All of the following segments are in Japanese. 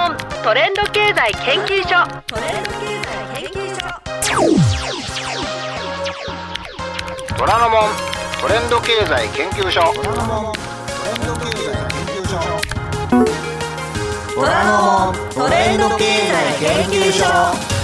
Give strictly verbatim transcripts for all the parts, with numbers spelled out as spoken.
門トレンド経済研究所。トレンド経済研究所。 虎ノ門トレンド経済研究所。虎ノ門トレンド経済研究所。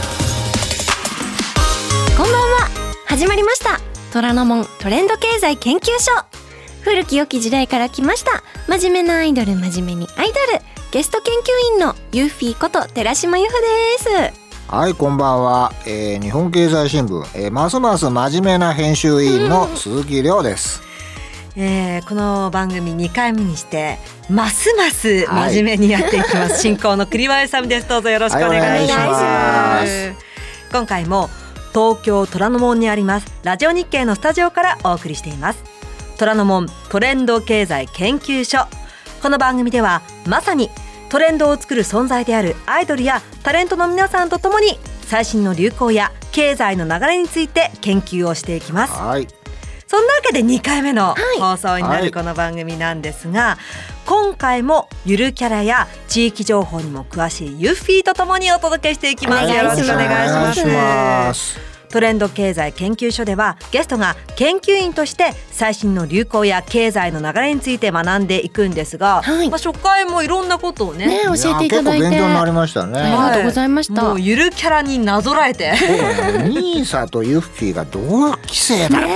こんばんは。始まりました虎ノ門トレンド経済研究所。古き良き時代から来ました真面目なアイドル、真面目にアイドル、ゲスト研究員のユーフィーこと寺島由布です。 はい、こんばんは、えー、日本経済新聞、えー、ますます真面目な編集委員の鈴木亮です。 えー、この番組にかいめにしてますます真面目にやっていきます、はい、進行の栗林さんです。どうぞよろしくお願いします、はい、ます今回も東京虎ノ門にありますラジオ日経のスタジオからお送りしています虎ノ門トレンド経済研究所。この番組ではまさにトレンドを作る存在であるアイドルやタレントの皆さんとともに最新の流行や経済の流れについて研究をしていきます。 はい、 そんなわけでにかいめの放送になるこの番組なんですが、はい、今回もゆるキャラや地域情報にも詳しいユッフィーとともにお届けしていきます。よろしくお願いします。トレンド経済研究所ではゲストが研究員として最新の流行や経済の流れについて学んでいくんですが、はい、まあ、初回もいろんなことを ね, ね教えていただいて結構勉強になりましたね。 ありがとうございました。 もうゆるキャラになぞらえてニーサとユッフィーが同期生だったって、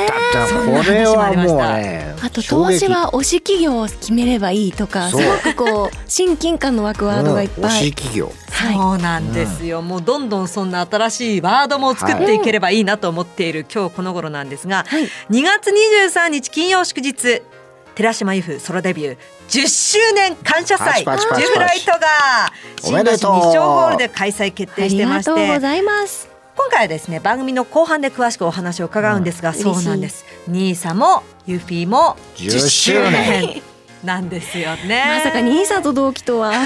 これはもうね、 あと投資は推し企業を決めればいいとか、すごくこう親近感の湧くワードがいっぱい、うん、 推し企業、 はい、そうなんですよ、うん、もうどんどんそんな新しいワードも作っていければいいなと思っている今日この頃なんですが、はい、にがつにじゅうさんにち金曜祝日、寺島由布ソロデビューじゅっしゅうねん感謝祭ジュフライトが新橋日照ホールで開催決定してまして、 ありがとうございます。 今回はですね、番組の後半で詳しくお話を伺うんですが、うん、そうなんです、ニーサもユフィもじゅっしゅうねんなんですよね。 まさかニーサと同期とは、うん、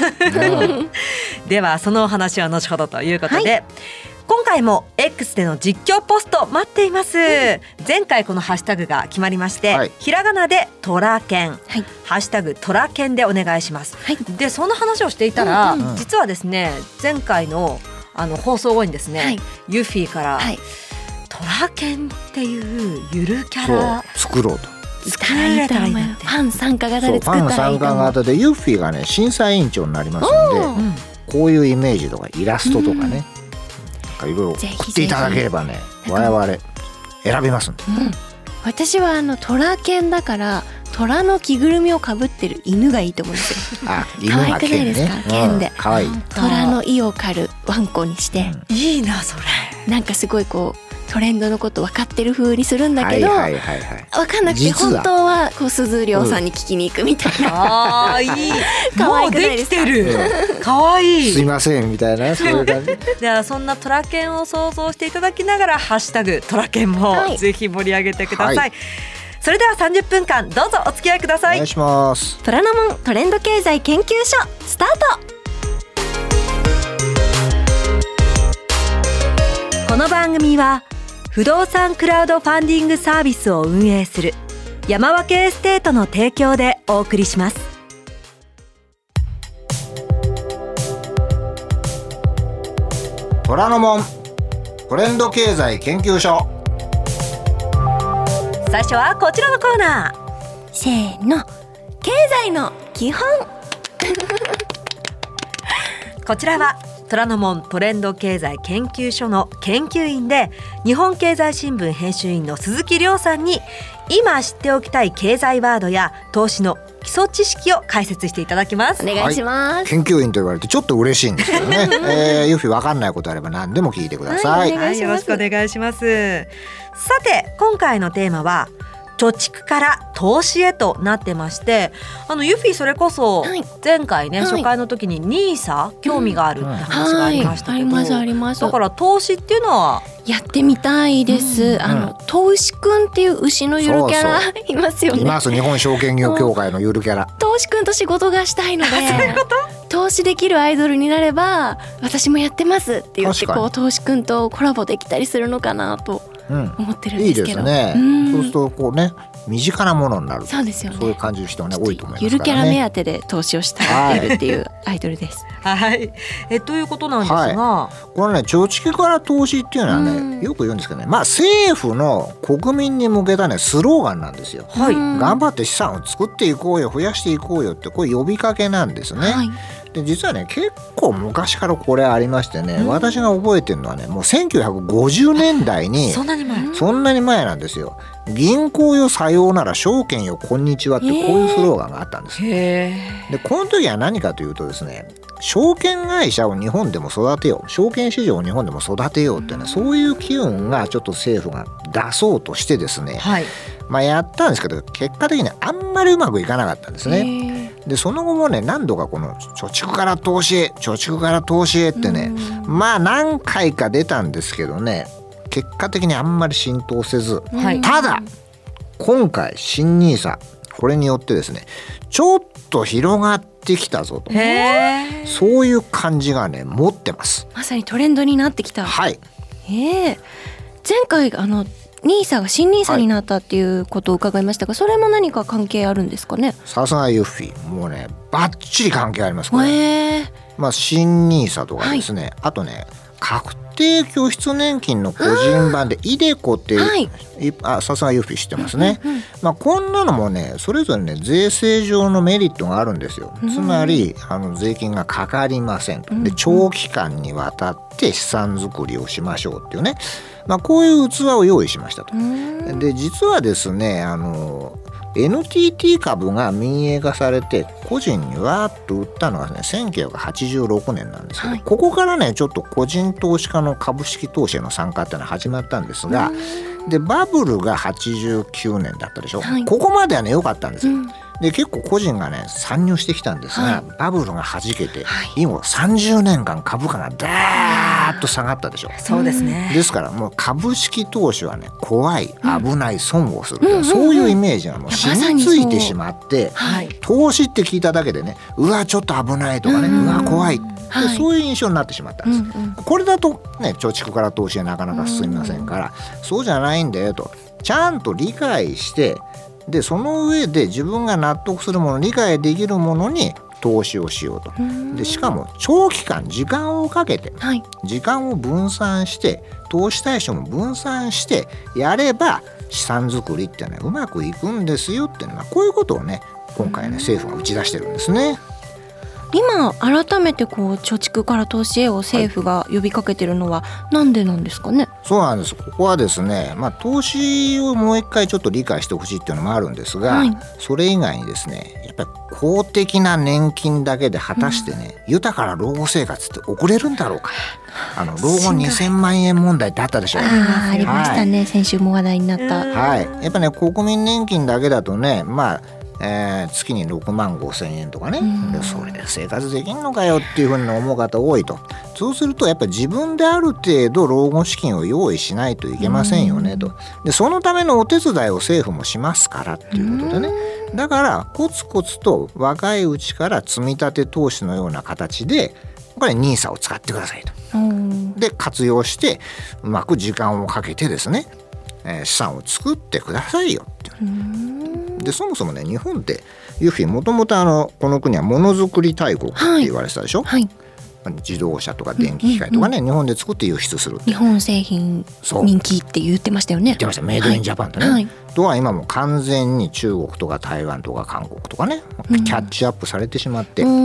ではそのお話は後ほどということで、はい、今回も X での実況ポスト待っています、うん、前回このハッシュタグが決まりまして、はい、ひらがなでトラケン、はい、ハッシュタグトラケンでお願いします、はい、でそんな話をしていたら、うんうん、実はですね、前回のあの放送後にですね、はい、ユフィーから、はい、トラケンっていうゆるキャラ作ろうと、 作れたらいいなって、ファン参加型で作ったらいいと思う。 ファン参加型でユッフィーがね審査委員長になりますので、うん、こういうイメージとかイラストとかね、いろいろ送っていただければね、我々選びますんで、うん、 私はあのトラケンだから虎の着ぐるみをかぶってる犬がいいと思うんですよ。 あ、犬が可愛くないですか、剣で、 可愛い虎の意を狩るワンコにして、 うん、いいなそれ。 なんかすごいこうトレンドのこと分かってる風にするんだけど、はいはいはいはい、分かんなくて本当はこう鈴涼さんに聞きに行くみたいな、うん、 あーいい可愛くないですか。もうできてる、うん、可愛い、 すいませんみたいな、そういう感じではそんなトラケンを想像していただきながらハッシュタグトラケンもぜひ盛り上げてください、はい、それではさんじゅっぷんかんどうぞお付き合いください。 お願いします。 虎ノ門トレンド経済研究所スタート。 この番組は不動産クラウドファンディングサービスを運営する山分けエステートの提供でお送りします。 虎ノ門トレンド経済研究所。 最初はこちらのコーナー、 せーの、経済の基本こちらは虎ノ門トレンド経済研究所の研究員で日本経済新聞編集員の鈴木亮さんに今知っておきたい経済ワードや投資の基礎知識を解説していただきます。 お願いします、 はい、研究員と言われてちょっと嬉しいんですけどね、えー、ユフィ分かんないことあれば何でも聞いてください、 はい、はい、よろしくお願いします。さて今回のテーマは貯蓄から投資へとなってまして、あのユフィそれこそ前回ね、はい、初回の時にニーサ興味があるって話がありましたけど、 うんはい、ありますあります。 だから投資っていうのはやってみたいです、うん、あの投資くんっていう牛のゆるキャラいますよね。 います、日本証券業協会のゆるキャラ。 投資くんと仕事がしたいのでそういうこと？ 投資できるアイドルになれば私もやってますって言ってこう投資くんとコラボできたりするのかなと思ってるんですけど、 うん、いいですね、うん、そうするとこうね身近なものになる。 そうですよね。 そういう感じの人はね多いと思いますからね。 ゆるキャラ目当てで投資をしたがっているっていうアイドルですはい、えということなんですが、 はい、このね貯蓄から投資っていうのはね、よく言うんですけどね、まあ政府の国民に向けたねスローガンなんですよ。はい、頑張って資産を作っていこうよ、増やしていこうよってこういう呼びかけなんですね。はい、で実はね結構昔からこれありましてね、うん、私が覚えてるのはねもうせんきゅうひゃくごじゅうねんだいにそんなに前そんなに前なんですよ。銀行よさようなら、証券よこんにちはってこういうスローガンがあったんです。でこの時は何かというとですね、証券会社を日本でも育てよう、証券市場を日本でも育てようっていうね、そういう機運がちょっと政府が出そうとしてですね、はい、まあやったんですけど結果的にあんまりうまくいかなかったんですね。でその後もね何度かこの貯蓄から投資へ貯蓄から投資へってね、まあ何回か出たんですけどね、結果的にあんまり浸透せず、はい、ただ今回新ニーサこれによってですねちょっと広がってきたぞと、へそういう感じがね持ってます。 まさにトレンドになってきた。 はい。 へえ。前回あのニーサが新ニーサになったっていうことを伺いましたが、はい、それも何か関係あるんですかね。 さすがユッフィー、もうねバッチリ関係ありますこれ。へえ。まあ新ニーサとかですね、はい、あとね確定拠出年金の個人版でイデコって、はい、あさすがユッフィー知ってますね。うんうんうん、まあ、こんなのもねそれぞれね税制上のメリットがあるんですよ。つまりあの税金がかかりませんと。で長期間にわたって資産作りをしましょうっていうね、まあ、こういう器を用意しましたと。で実はですねあの エヌティーティー 株が民営化されて個人にわーっと売ったのが、ね、せんきゅうひゃくはちじゅうろくねんなんですけど、はい、ここからねちょっと個人投資家の株式投資への参加っていうのが始まったんですが、でバブルがはちじゅうきゅうねんだったでしょ、はい、ここまではね良かったんですよ。うん、で結構個人がね参入してきたんですが、はい、バブルがはじけて、はい、以後さんじゅうねんかん株価がダーッと下がったでしょ。 そうですね。 ですからもう株式投資はね怖い、危ない、損をする、うん、そういうイメージがもう染みついてしまって、はい、投資って聞いただけでねうわちょっと危ないとかね、うん、うわ怖い、はい、そういう印象になってしまったんです。うんうん、これだとね貯蓄から投資はなかなか進みませんから、うん、そうじゃないんだよとちゃんと理解して、でその上で自分が納得するもの、理解できるものに投資をしようと。でしかも長期間時間をかけて、はい、時間を分散して投資対象も分散してやれば資産作りっていうのはうまくいくんですよっていうのは、こういうことをね今回ね政府が打ち出してるんですね。 今改めてこう貯蓄から投資へを政府が呼びかけてるのはなんでなんですかね。 そうなんです。ここはですね、まあ、投資をもう一回ちょっと理解してほしいっていうのもあるんですが、はい、それ以外にですねやっぱり公的な年金だけで果たしてね、うん、豊かな老後生活って送れるんだろうか。あの老後にせんまんえん問題ってあったでしょ。 あ, ありましたね、はい、先週も話題になった。 はい、やっぱね国民年金だけだとねまあえー、月にろくまんごせんえんとかね、でそれで生活できんのかよっていうふうに思う方多いと。そうするとやっぱり自分である程度老後資金を用意しないといけませんよねと。でそのためのお手伝いを政府もしますからっていうことでね、だからコツコツと若いうちから積み立て投資のような形でやっぱりニーサを使ってくださいと。で活用してうまく時間をかけてですね、えー、資産を作ってくださいよっていう。でそもそもね日本ってユッフィーもともとこの国はものづくり大国って言われてたでしょ、はいはい、自動車とか電気機械とかね、うんうんうん、日本で作って輸出するって、 日本製品人気って言ってましたよね。 言ってました、メイドインジャパンとね、はい、とは今もう完全に中国とか台湾とか韓国とかねキャッチアップされてしまって、うん、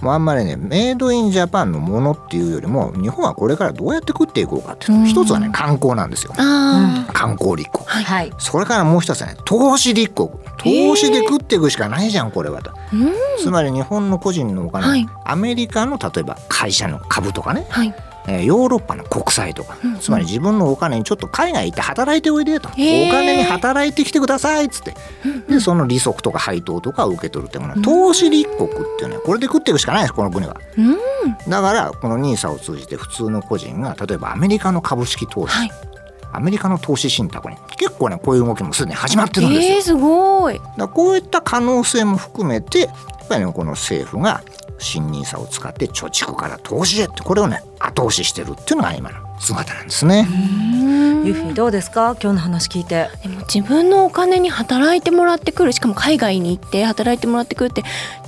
もうあんまりねメイドインジャパンのものっていうよりも日本はこれからどうやって食っていこうかっていう、うん、一つはね観光なんですよ。あ、観光立国、はい、それからもう一つはね投資立国、投資で食っていくしかないじゃんこれはと、うん、つまり日本の個人のお金、はい、アメリカの例えば会社の株とかね、はい、えー、ヨーロッパの国債とか、うんうん、つまり自分のお金にちょっと海外行って働いておいでと、お金に働いてきてくださいっつって、でその利息とか配当とかを受け取るってもの、投資立国っていうのはこれで食っていくしかないですこの国は、うん、だからこのニーサを通じて普通の個人が例えばアメリカの株式投資、はい、アメリカの投資信託に結構ねこういう動きもすでに始まってるんですよ。 えー、すごい。 だこういった可能性も含めてやっぱりねこの政府が新ニーサを使って貯蓄から投資へってこれをね後押ししてるっていうのが今の姿なんですね。 ユッフィーどうですか今日の話聞いて。 でも自分のお金に働いてもらってくる、しかも海外に行って働いてもらってくるって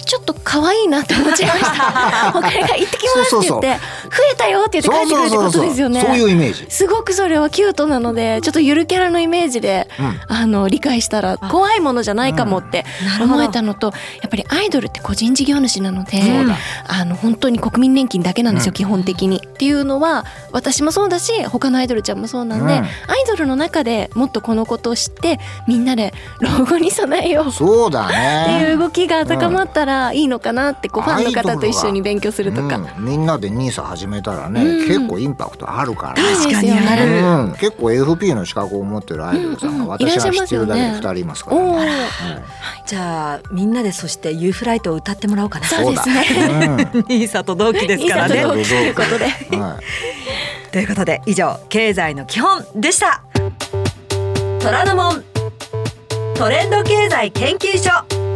ちょっと可愛いなって思っちゃいました他が行ってきますって言って増えたよって言って帰ってくるってことですよね。 そういうイメージ。 すごくそれはキュートなのでちょっとゆるキャラのイメージで、うん、あの理解したら怖いものじゃないかもって思えたのと、うん、やっぱりアイドルって個人事業主なので、うん、あの本当に国民年金だけなんですよ、うん、基本的にっていうのは私もそうだし他のアイドルちゃんもそうなんで、うん、アイドルの中でもっとこのことを知ってみんなで老後に備えようそうだねっていう動きが高まったらいいのかなって、こうファンの方と一緒に勉強するとか、 うん、みんなでニーサ始めたらね、うん、結構インパクトあるから、 確かにある、 うん、結構 エフピー の資格を持ってるアイドルさんが私は知ってるだけでふたりいますからね、うんうん、 じゃあみんなでそしてユーフライトを歌ってもらおうかな。 そうですね、 うん、ニーサと同期ですからね。 ニーサと同期ということで、 はい、ということで以上経済の基本でした。虎ノ門トレンド経済研究所。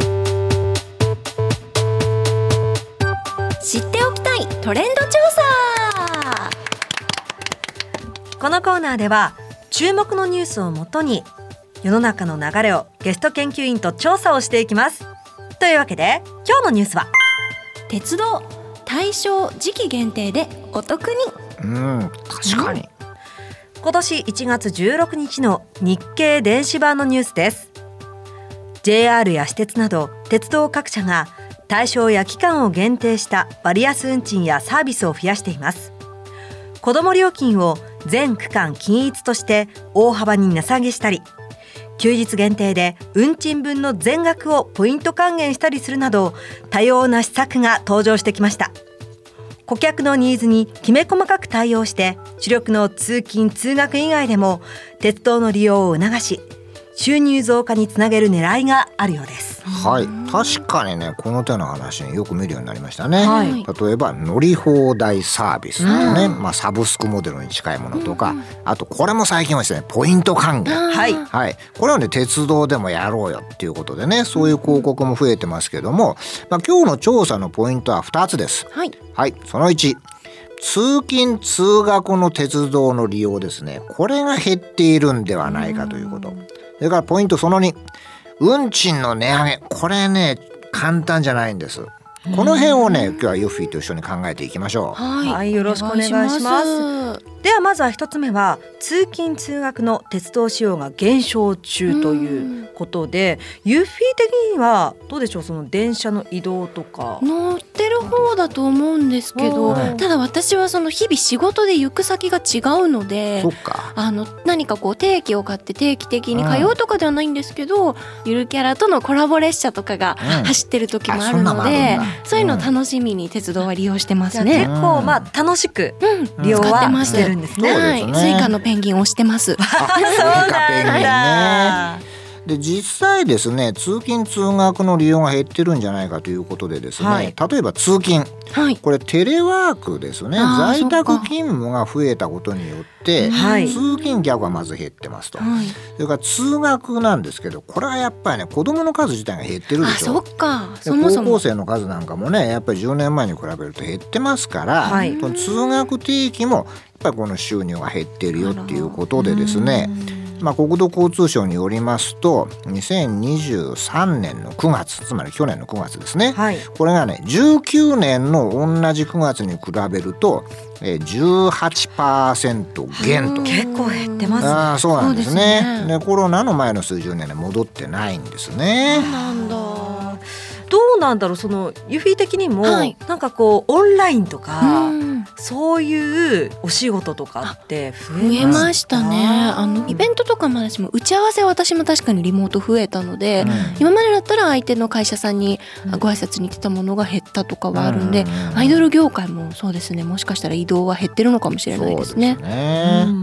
知っておきたいトレンド調査。 このコーナーでは注目のニュースをもとに世の中の流れをゲスト研究員と調査をしていきます。というわけで今日のニュースは鉄道対象時期限定でお得に。 うん、確かに、うん、 今年いちがつじゅうろくにちの日経電子版のニュースです。 ジェイアール や私鉄など鉄道各社が対象や期間を限定した割安運賃やサービスを増やしています。子ども料金を全区間均一として大幅に値下げしたり、休日限定で運賃分の全額をポイント還元したりするなど多様な施策が登場してきました。顧客のニーズにきめ細かく対応して主力の通勤通学以外でも鉄道の利用を促し収入増加につなげる狙いがあるようです。 はい、確かにねこの手の話よく見るようになりましたね、はい、例えば乗り放題サービスとかね、まあ、サブスクモデルに近いものとか、あとこれも最近はですねポイント還元、はいはい、これはね鉄道でもやろうよっていうことでねそういう広告も増えてますけども、まあ、今日の調査のポイントはふたつです。はい、はい、そのいち、通勤通学の鉄道の利用ですね、これが減っているんではないかということ。それからポイントそのに、運賃の値上げ、これね簡単じゃないんです。この辺をね今日はユッフィーと一緒に考えていきましょう。 はい、はい、よろしくお願いします。ではまずは一つ目は通勤通学の鉄道使用が減少中ということで、ユッフィー的にはどうでしょう、その電車の移動とか。 乗ってる方だと思うんですけど、ただ私はその日々仕事で行く先が違うので、 そっか、 あの何かこう定期を買って定期的に通うとかではないんですけど、うん、ゆるキャラとのコラボ列車とかが走ってる時もあるので、うん、そういうのを楽しみに鉄道は利用してますね。 結構まあ楽しく利用はしてるんですね。 はい、スイカのペンギンを押してます。 あ、スイカペンギンね。で実際ですね通勤通学の利用が減ってるんじゃないかということでですね、はい、例えば通勤、はい、これテレワークですね、在宅勤務が増えたことによって、はい、通勤客はまず減ってますと、はい、それから通学なんですけどこれはやっぱりね子どもの数自体が減ってるでしょ。 あ、そっか。 そもそも高校生の数なんかもねやっぱりじゅうねんまえに比べると減ってますから、はい、通学定期もやっぱりこの収入が減ってるよっていうことでですね、まあ、国土交通省によりますとにせんにじゅうさんねんのくがつ、つまり去年のくがつですね、はい、これがねじゅうきゅうねんの同じくがつに比べると じゅうはちパーセント 減と。 結構減ってますね。 あ、そうなんですね。そうですね。でコロナの前の水準には戻ってないんですね。 なんだ。どうなんだろう、そのユフィ的にも、はい、なんかこうオンラインとか、うん、そういうお仕事とかって増えましたね。あのイベントとかも私も打ち合わせは私も確かにリモート増えたので、うん、今までだったら相手の会社さんにご挨拶に行ってたものが減ったとかはあるんで、うん、アイドル業界もそうですね、もしかしたら移動は減ってるのかもしれないですね。 そうですね。 うん、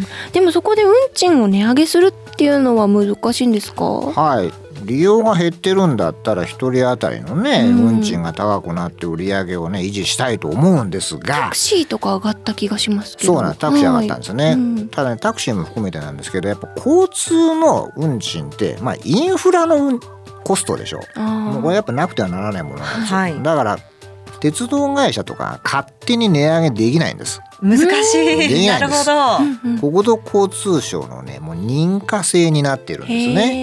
でもそこで運賃を値上げするっていうのは難しいんですか？ はい、利用が減ってるんだったら一人当たりのね、うん、運賃が高くなって売り上げをね維持したいと思うんですが、 タクシーとか上がった気がしますけど。 そうなん、タクシー上がったんですね、はい、うん、ただねタクシーも含めてなんですけどやっぱ交通の運賃ってまあインフラのコストでしょ。もうこれやっぱなくてはならないものなんですよ、はい、だから鉄道会社とか勝手に値上げできないんです。 難しい。なるほど。 国土交通省のねもう認可制になってるんですね。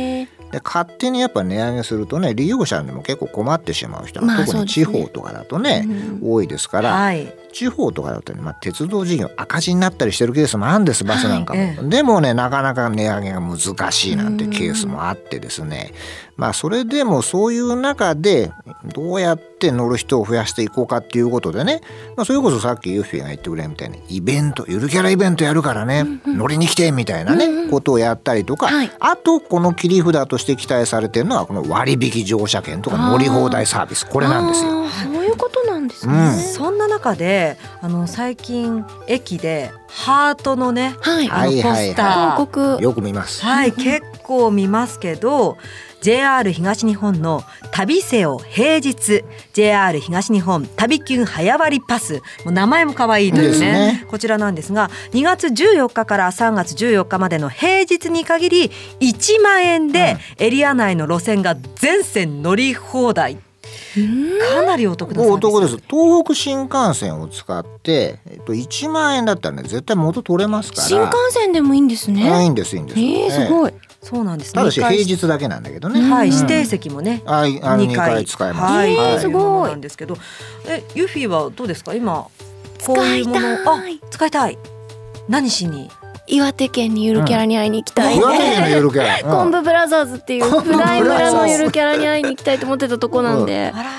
で勝手にやっぱ値上げするとね利用者にも結構困ってしまう人が、まあ、特に地方とかだとね、うん、多いですから、はい、地方とかだとね、まあ、鉄道事業赤字になったりしてるケースもあるんですバスなんかも、はい、でもねなかなか値上げが難しいなんてケースもあってですね、まあそれでもそういう中でどうやって乗る人を増やしていこうかっていうことでね、まあ、それこそさっきユッフィーが言ってくれたみたいにイベントゆるキャライベントやるからね、うんうん、乗りに来てみたいなね、うんうん、ことをやったりとか、はい、あとこの切り札として期待されてるのはこの割引乗車券とか乗り放題サービスこれなんですよ。 そういうことなんですね、 うん、そんな中であの最近駅でハートのね、はい、あのポスター、はいはいはい、 よく見ます、 はい、結構見ますけどジェイアール 東日本の旅せよ平日 ジェイアール 東日本旅キュン早割パスもう名前も可愛いというね、ねこちらなんですがにがつじゅうよっかからさんがつじゅうよっかまでの平日に限りいちまんえんでエリア内の路線が全線乗り放題、かなりお得なサービス。お得です。 東北新幹線を使って、えっと、いちまんえんだったらね絶対元取れますから。 新幹線でもいいんですね。 あいいんですいいんです、 えー、すごい、 えー、そうなんです、ね、 ただし平日だけなんだけどね、 はい、指定席もね、 うん、ああにかい使えます、 はいえー、すごいなんですけどえユフィはどうですか今こういうものあ使いたい何しに岩手県にゆるキャラに会いに行きたい、 うん、岩手県のゆるキャラ、うん、 昆布ブラザーズっていう普代村のゆるキャラに会いに行きたいと思ってたとこなんで、うん、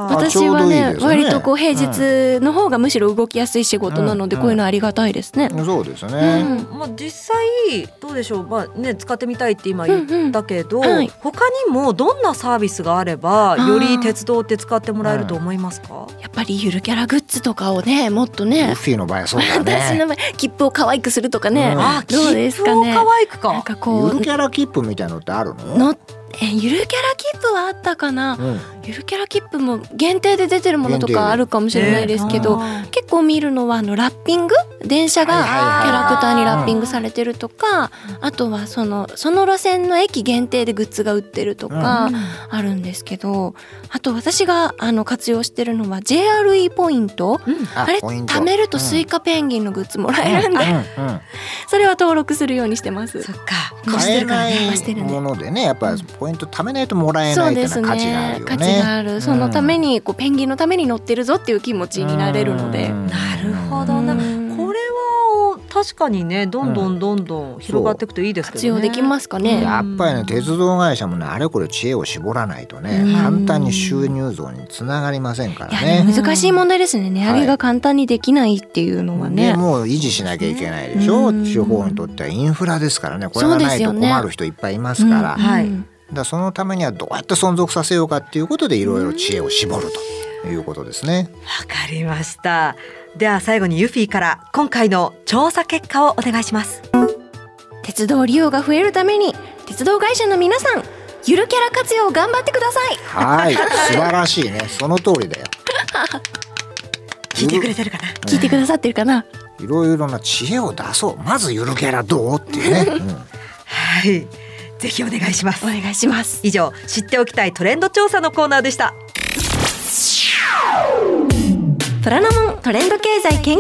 私は ね, いいね割とこう平日の方がむしろ動きやすい仕事なので、うん、こういうのありがたいですね、 うん、そうですね、 うんまあ、実際どうでしょう、まあね、使ってみたいって今言ったけど、うんうんはい、他にもどんなサービスがあればより鉄道って使ってもらえると思いますか？ やっぱりゆるキャラグッズとかをねもっとねユッフィーの場合はそうだね私の場合切符を可愛くするとかね、うん、 あどうですかね可愛くかなんかこうゆるキャラ切符みたいなのってあるの？ のえゆるキャラ切符はあったかな、うん、ゆるキャラ切符も限定で出てるものとかあるかもしれないですけど、えー、結構見るのはあのラッピング電車がキャラクターにラッピングされてるとか、あとはそのその路線の駅限定でグッズが売ってるとかあるんですけど、あと私があの活用してるのは ジェイアールイー ポイント、うん、あれ貯めるとスイカペンギンのグッズもらえるんで、うんうんうん、それは登録するようにしてます。 そっか買えないものでねやっぱりポイント貯めないともらえないっていうのは価値があるよね。 価値がある。そのためにこうペンギンのために乗ってるぞっていう気持ちになれるので。 なるほどな。これは確かにねどんどんどんどん広がっていくといいですけどね。 活用できますかね。 やっぱりね鉄道会社もねあれこれ知恵を絞らないとね簡単に収入増につながりませんからね。 難しい問題ですね。値上げが簡単にできないっていうのはね。 はい、もう維持しなきゃいけないでしょ。地方にとってはインフラですからね。これがないと困る人いっぱいいますから。はいだそのためにはどうやって存続させようかっていうことでいろいろ知恵を絞るということですね。 わかりました。では最後にユフィから今回の調査結果をお願いします。 鉄道利用が増えるために鉄道会社の皆さんゆるキャラ活用頑張ってください。 はい素晴らしいねその通りだよ聞いてくれてるかな、 聞いてくださってるかな。 いろいろな知恵を出そうまずゆるキャラどうっていうね、うん、 はいぜひお願いします。 お願いします。 以上知っておきたいトレンド調査のコーナーでした。 虎ノ門トレンド経済研究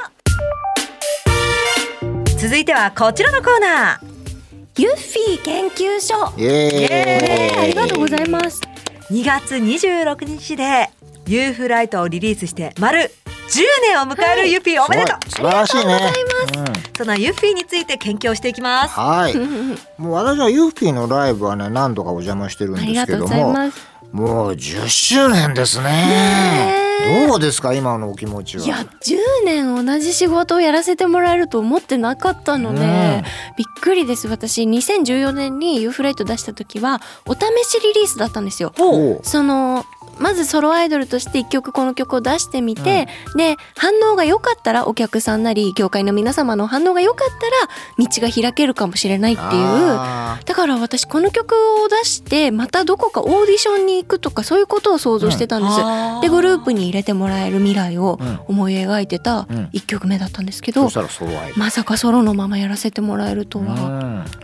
所。続いてはこちらのコーナーユッフィー研究所。 イエーイ、 ありがとうございます。 にがつにじゅうろくにちでユーフライトをリリースして丸じゅうねんを迎えるユッフィー、はい、おめでとう。 素晴らしいね。 うん、 そのユッフィーについて研究していきます。 はいもう私はユッフィーのライブはね何度かお邪魔してるんですけどももうじゅっしゅうねんですね。どうですか今のお気持ちは。 いやじゅうねん同じ仕事をやらせてもらえると思ってなかったので、うん、びっくりです。私にせんじゅうよねんにユーフライト出した時はお試しリリースだったんですよ。そのまずソロアイドルとしていっきょくこの曲を出してみて、うん、で反応が良かったらお客さんなり業界の皆様の反応が良かったら道が開けるかもしれないっていう。だから私この曲を出してまたどこかオーディションに行くとかそういうことを想像してたんです、うん、でグループに入れてもらえる未来を思い描いてたいっきょくめだったんですけど、 うん、そしたらソロアイドルまさかソロのままやらせてもらえるとは、 うんね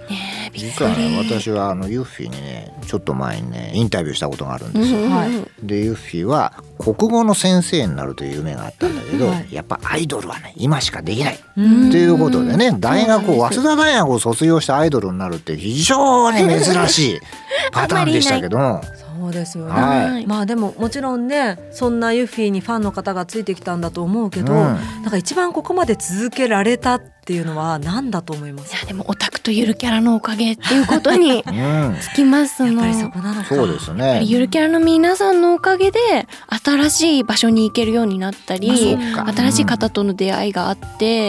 ね、びっ実はね、私はあのユッフィーにねちょっと前にねインタビューしたことがあるんですよ、はい、でユッフィーは国語の先生になるという夢があったんだけど、はい、やっぱアイドルはね今しかできないということでね、大学を早稲田大学を卒業してアイドルになるって非常に珍しいパターンでしたけどもそうですよね、 はい、 まあでももちろんねそんなユッフィーにファンの方がついてきたんだと思うけど、うん、なんか一番ここまで続けられたっていうのは何だと思います？ いやでもオタクとゆるキャラのおかげっていうことにつきますの、 うん、やっぱりそこなのか。 そうですね、 ゆるキャラの皆さんのおかげで新しい場所に行けるようになったり、まあ、新しい方との出会いがあって、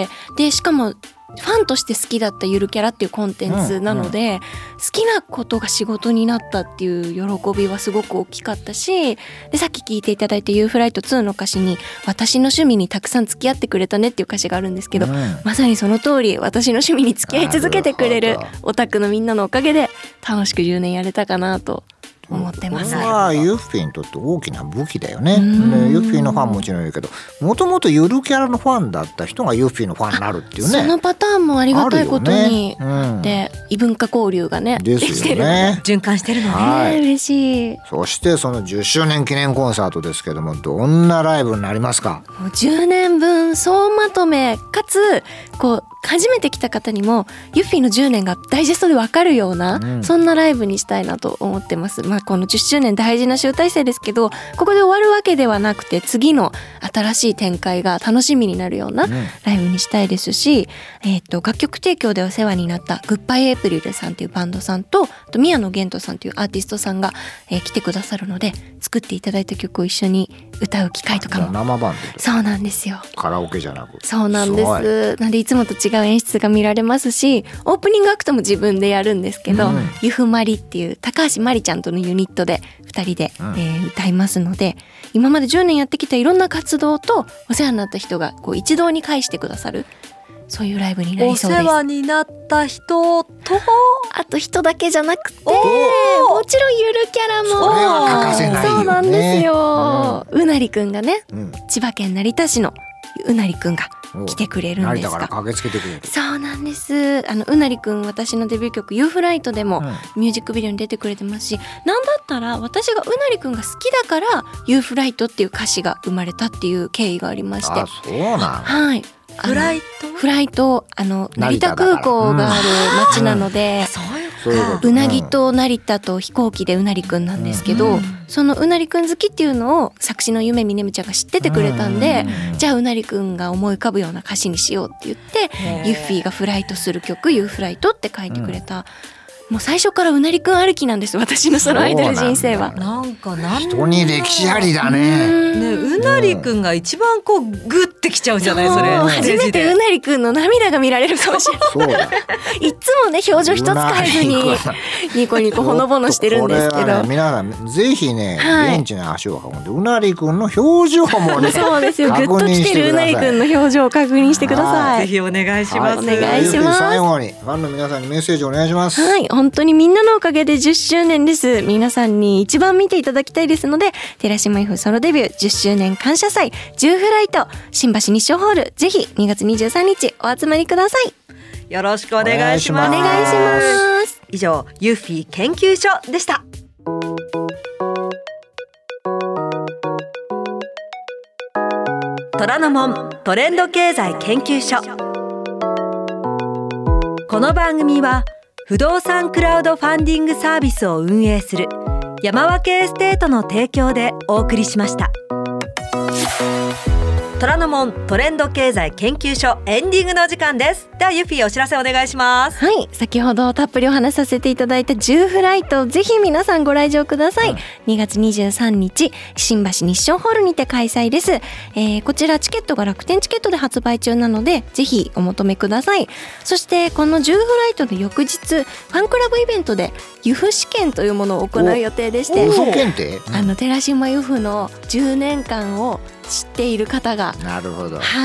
うん、でしかもファンとして好きだったゆるキャラっていうコンテンツなので、うんうん、好きなことが仕事になったっていう喜びはすごく大きかったし、でさっき聞いていただいた ユーフライトツーの歌詞に私の趣味にたくさん付き合ってくれたねっていう歌詞があるんですけど、うん、まさにその通り私の趣味に付き合い続けてくれるオタクのみんなのおかげで楽しくじゅうねんやれたかなと思ってます。 これはユッフィーにとって大きな武器だよね。でユッフィーのファンもちろんいるけど、もともとゆるキャラのファンだった人がユッフィーのファンになるっていうね。 そのパターンもありがたいことに、ね、うん、で異文化交流がねですよね。 循環してるのね、 はい、嬉しい。 そしてそのじゅっしゅうねん記念コンサートですけども、どんなライブになりますか？ もうじゅうねんぶん総まとめかつこう初めて来た方にもユッフィーのじゅうねんがダイジェストで分かるような、うん、そんなライブにしたいなと思ってます。まあこのじゅっしゅうねん大事な集大成ですけど、ここで終わるわけではなくて次の新しい展開が楽しみになるようなライブにしたいですし、うん、えー、と楽曲提供でお世話になったグッバイエイプリルさんというバンドさんと、あと宮野源斗さんというアーティストさんが、えー、来てくださるので、作っていただいた曲を一緒に歌う機会とかも。 生バンドで。 そうなんですよ。 カラオケじゃなく。 そうなんです。なんでいつもと違う演出が見られますし、オープニングアクトも自分でやるんですけど、うん、ゆふまりっていう高橋まりちゃんとのユニットでふたりで、うん、えー、歌いますので、今までじゅうねんやってきたいろんな活動とお世話になった人がこう一堂に会してくださる、そういうライブになりそうです。 お世話になった人とあと人だけじゃなくて、もちろんゆるキャラもそれは欠かせないよね。 そうなんですよ、うん、うなりくんがね、 うん、 千葉県成田市のうなりくんが来てくれるんですが、 成田から駆けつけてくれる。 そうなんです。あのうなりくん、私のデビュー曲ユーフライトでもミュージックビデオに出てくれてますし、うん、なんだったら私がうなりくんが好きだからユーフライトっていう歌詞が生まれたっていう経緯がありまして。 あ、そうなん。 はい。 フライトフライトあの成田空港がある町なので、うん、うなぎと成田と飛行機でうなりくんなんですけど、うん、そのうなりくん好きっていうのを作詞の夢みねむちゃんが知っててくれたんで、うん、じゃあうなりくんが思い浮かぶような歌詞にしようって言って、ユッフィーがフライトする曲ユーフライトって書いてくれた、うん、もう最初からうなりくん歩きなんです、私のそのアイドル人生は。 なんかなん人に歴史ありだね。 ね、うなりくんが一番こうグッてきちゃうんじゃない？それ初めてうなりくんの涙が見られるかもしれない。 そうだいつもね表情一つ変えずにニコニコほのぼのしてるんですけど、これはね、皆さんぜひね、はい、現地に足を運んでうなりくんの表情もねそうですよ、グッときてるうなりくんの表情を確認してください。 ぜひお願いします。 はい、お願いします。 最後にファンの皆さんにメッセージお願いします。 はい、本当にみんなのおかげでじゅっしゅうねんです。皆さんに一番見ていただきたいですので、寺島由布ソロデビューじゅっしゅうねん感謝祭じゅうフライト新橋日照ホール、ぜひにがつにじゅうさんにちお集まりください。 よろしくお願いします。 お願いします。 以上ユッフィー研究所でした。虎ノ門トレンド経済研究所。この番組は不動産クラウドファンディングサービスを運営する山分エステートの提供でお送りしました。虎ノ門トレンド経済研究所エンディングのお時間です。ではユッフィーお知らせお願いします。 はい、先ほどたっぷりお話しさせていただいたじゅうフライト、ぜひ皆さんご来場ください、うん、にがつにじゅうさんにち新橋日照ホールにて開催です、えー、こちらチケットが楽天チケットで発売中なのでぜひお求めください。そしてこのじゅうフライトの翌日ファンクラブイベントでユフ試験というものを行う予定でして、 ユフ検定、 うん、あの寺島ユフのじゅうねんかんを知っている方が、 なるほど、 はい、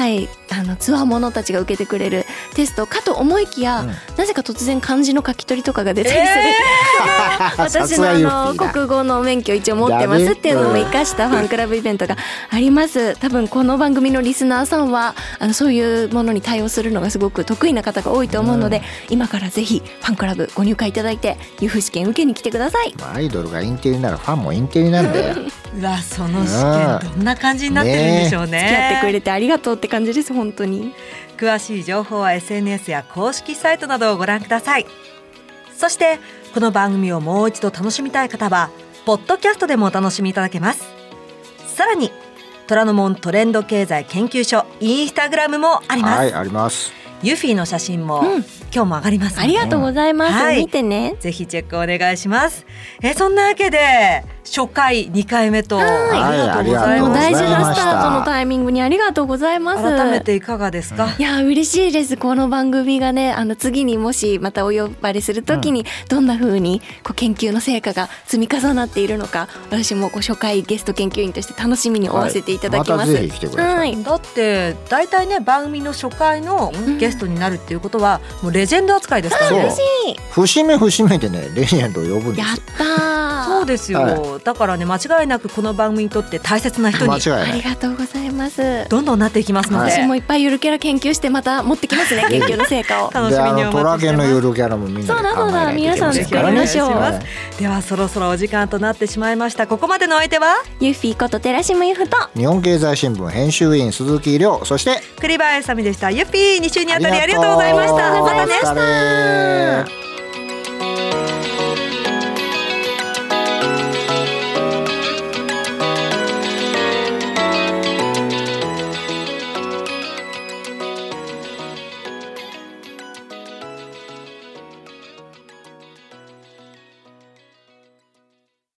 あのツアー者たちが受けてくれるテストかと思いきや、うん、なぜか突然漢字の書き取りとかが出たりする、えー、私のあの国語の免許一応持ってますっていうのも生かしたファンクラブイベントがあります。多分この番組のリスナーさんはあのそういうものに対応するのがすごく得意な方が多いと思うので、うん、今からぜひファンクラブご入会いただいてユフ試験受けに来てください。 アイドルがインテリならファンもインテリなんだようわ、その試験どんな感じになってるんでしょうね。 付き合ってくれてありがとうって感じです本当に。 詳しい情報は エスエヌエス や公式サイトなどをご覧ください。そしてこの番組をもう一度楽しみたい方はポッドキャストでもお楽しみいただけます。さらに虎ノ門トレンド経済研究所インスタグラムもあります。 はい、あります。 ユフィの写真も、うん、今日も上がります、ね、 ありがとうございます、はい、見てね。 ぜひチェックお願いします。えそんなわけで初回にかいめと、はい、 ありがとうございます。 大事なスタートのタイミングにありがとうございます。 改めていかがですか？ いや嬉しいです。この番組がね、あの次にもしまたお呼ばれするときにどんな風にこう研究の成果が積み重なっているのか、私もこう初回ゲスト研究員として楽しみに追わせていただきます、 はい、またぜひ来てください、はい、 だって大体ね番組の初回のゲストになるっていうことは、うん、もうレジェンド扱いですからね。 嬉しい。 節目節目でねレジェンドを呼ぶんですよ。 やったー。 そうですよ、はい、だからね間違いなくこの番組にとって大切な人に。 間違いない。 ありがとうございます。 どんどんなっていきますので、 私もいっぱいゆるキャラ研究してまた持ってきますね研究の成果を楽しみにお待ちしてます。 トラケンのゆるキャラもみんなで考えないといけない。 皆さんで作りましょう。 ではそろそろお時間となってしまいました。ここまでのお相手はユッフィーこと寺島由布と日本経済新聞編集員鈴木亮、そして栗林さみでした。ユッフィーに週にあたりありがとうございました。 またね。